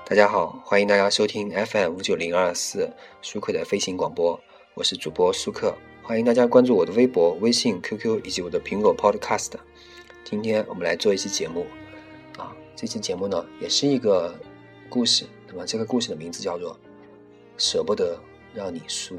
大家好，欢迎大家收听 FM59024 舒克的飞行广播，我是主播舒克，欢迎大家关注我的微博、微信、QQ 以及我的苹果 Podcast。今天我们来做一期节目这期节目呢也是一个故事，那么这个故事的名字叫做舍不得让你输。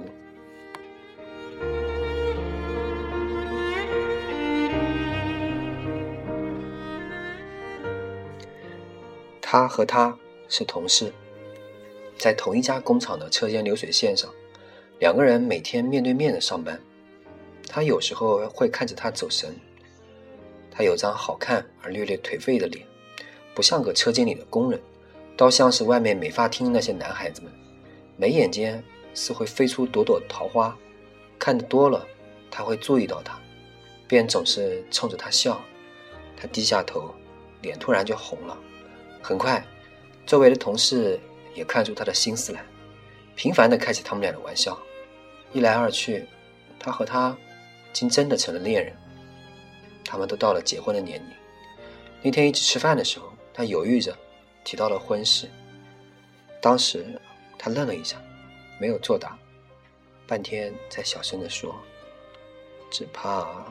他和他是同事，在同一家工厂的车间流水线上，两个人每天面对面的上班。他有时候会看着他走神，他有张好看而略略颓废的脸，不像个车间里的工人，倒像是外面美发厅那些男孩子们，眉眼间似会飞出朵朵桃花。看得多了，他会注意到他，便总是冲着他笑。他低下头，脸突然就红了。很快，周围的同事也看出他的心思来，频繁地开起他们俩的玩笑。一来二去，他和他竟真的成了恋人。他们都到了结婚的年龄。那天一起吃饭的时候，他犹豫着提到了婚事。当时他愣了一下，没有作答，半天才小声地说：只怕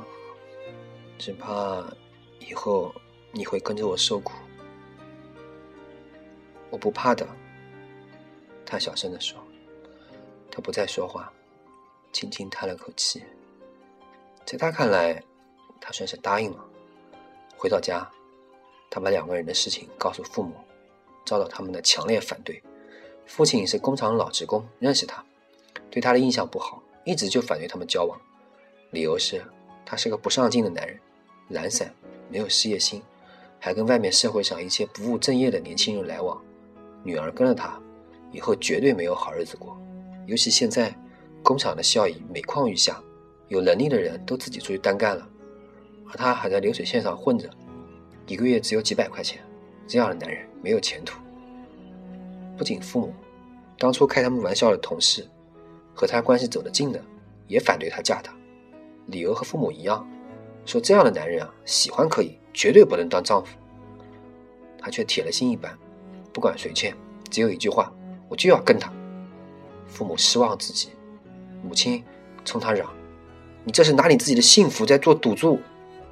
以后你会跟着我受苦。我不怕的，他小声地说。他不再说话，轻轻叹了口气。在他看来，他算是答应了。回到家，他把两个人的事情告诉父母，遭到他们的强烈反对。父亲是工厂老职工，认识他，对他的印象不好，一直就反对他们交往。理由是他是个不上进的男人，懒散，没有事业心，还跟外面社会上一切不务正业的年轻人来往。女儿跟了他，以后绝对没有好日子过。尤其现在工厂的效益每况愈下，有能力的人都自己出去单干了，而他还在流水线上混着，一个月只有几百块钱，这样的男人没有前途。不仅父母，当初开他们玩笑的同事，和他关系走得近的也反对他嫁他，理由和父母一样，说这样的男人喜欢可以，绝对不能当丈夫。他却铁了心一般，不管谁劝，只有一句话：我就要跟他。父母失望至极，母亲冲他嚷：你这是拿你自己的幸福在做赌注。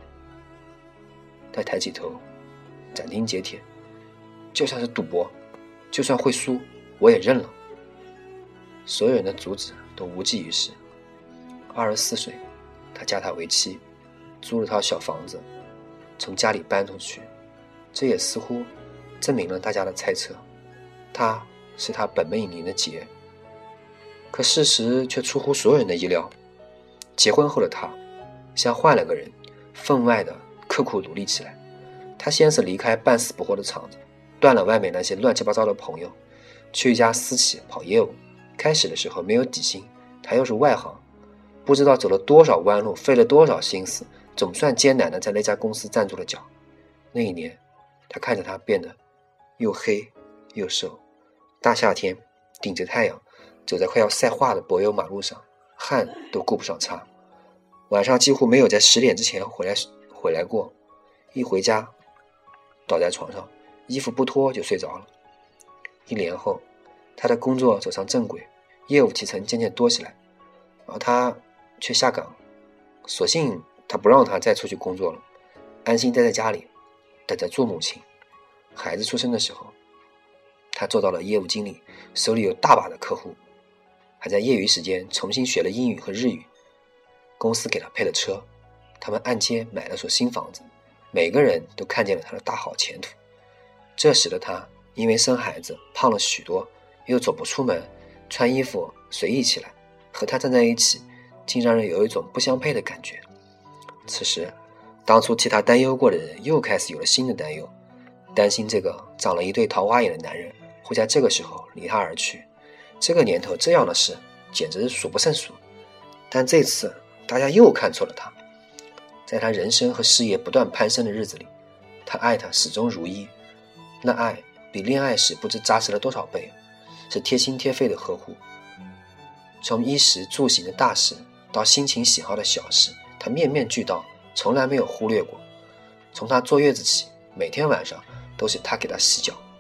他抬起头，斩钉截铁：就算是赌博，就算会输，我也认了。所有人的阻止都无济于事。24岁，他嫁他为妻，租了套小房子，从家里搬出去。这也似乎证明了大家的猜测，他是他本命年的劫。可事实却出乎所有人的意料，结婚后的他像换了个人，分外的刻苦努力起来。他先是离开半死不活的厂子，断了外面那些乱七八糟的朋友，去一家私企跑业务。开始的时候没有底薪，他又是外行，不知道走了多少弯路，费了多少心思，总算艰难的在那家公司站住了脚。那一年，他看着他变得又黑又瘦，大夏天顶着太阳走在快要晒化的柏油马路上，汗都顾不上擦。晚上几乎没有在10点之前回来过，一回家倒在床上，衣服不脱就睡着了。1年后，他的工作走上正轨，业务提成渐渐多起来，而他却下岗。索性他不让他再出去工作了，安心待在家里，等着做母亲。孩子出生的时候，他做到了业务经理，手里有大把的客户，还在业余时间重新学了英语和日语。公司给他配了车，他们按揭买了所新房子，每个人都看见了他的大好前途。这使得他因为生孩子胖了许多，又走不出门，穿衣服随意起来，和他站在一起竟让人有一种不相配的感觉。此时当初替他担忧过的人又开始有了新的担忧，担心这个长了一对桃花眼的男人会在这个时候离他而去。这个年头这样的事简直是数不胜数。但这次大家又看错了他。在他人生和事业不断攀升的日子里，他爱他始终如一，那爱比恋爱时不知扎实了多少倍，是贴心贴肺的呵护。从衣食住行的大事到心情喜好的小事，他面面俱到，从来没有忽略过。从他坐月子起，每天晚上都是他给他洗脚。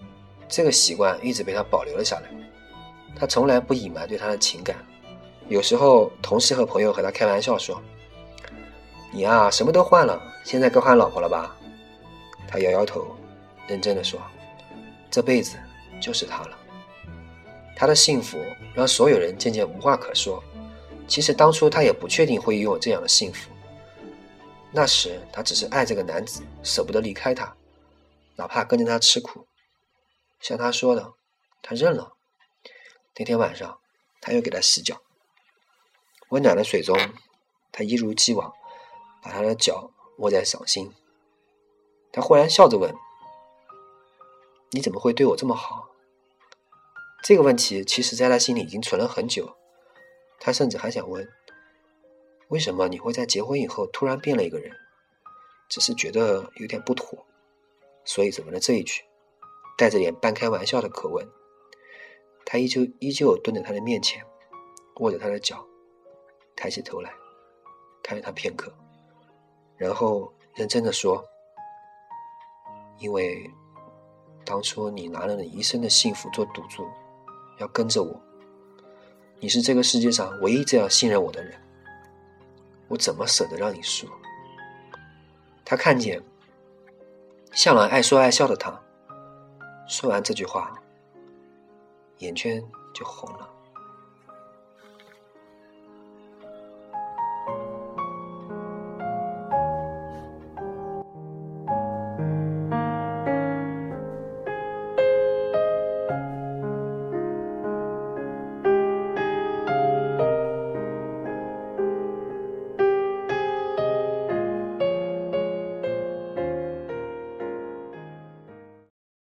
这个习惯一直被他保留了下来。他从来不隐瞒对他的情感，有时候同事和朋友和他开玩笑说：“你啊，什么都换了，现在该换老婆了吧？”他摇摇头，认真地说：“这辈子就是他了。”他的幸福让所有人渐渐无话可说。其实当初他也不确定会拥有这样的幸福，那时他只是爱这个男子，舍不得离开他，哪怕跟着他吃苦。像他说的，他认了。那天晚上，他又给他洗脚，温暖的水中，他一如既往把他的脚握在掌心。他忽然笑着问：“你怎么会对我这么好？”这个问题其实在他心里已经存了很久，他甚至还想问：为什么你会在结婚以后突然变了一个人？只是觉得有点不妥，所以怎么了这一句，带着点半开玩笑的口吻。他依旧蹲在他的面前，握着他的脚，抬起头来看着他片刻，然后认真地说：“因为当初你拿了你一生的幸福做赌注，要跟着我，你是这个世界上唯一这样信任我的人，我怎么舍得让你输？”他看见向来爱说爱笑的他，说完这句话，眼圈就红了。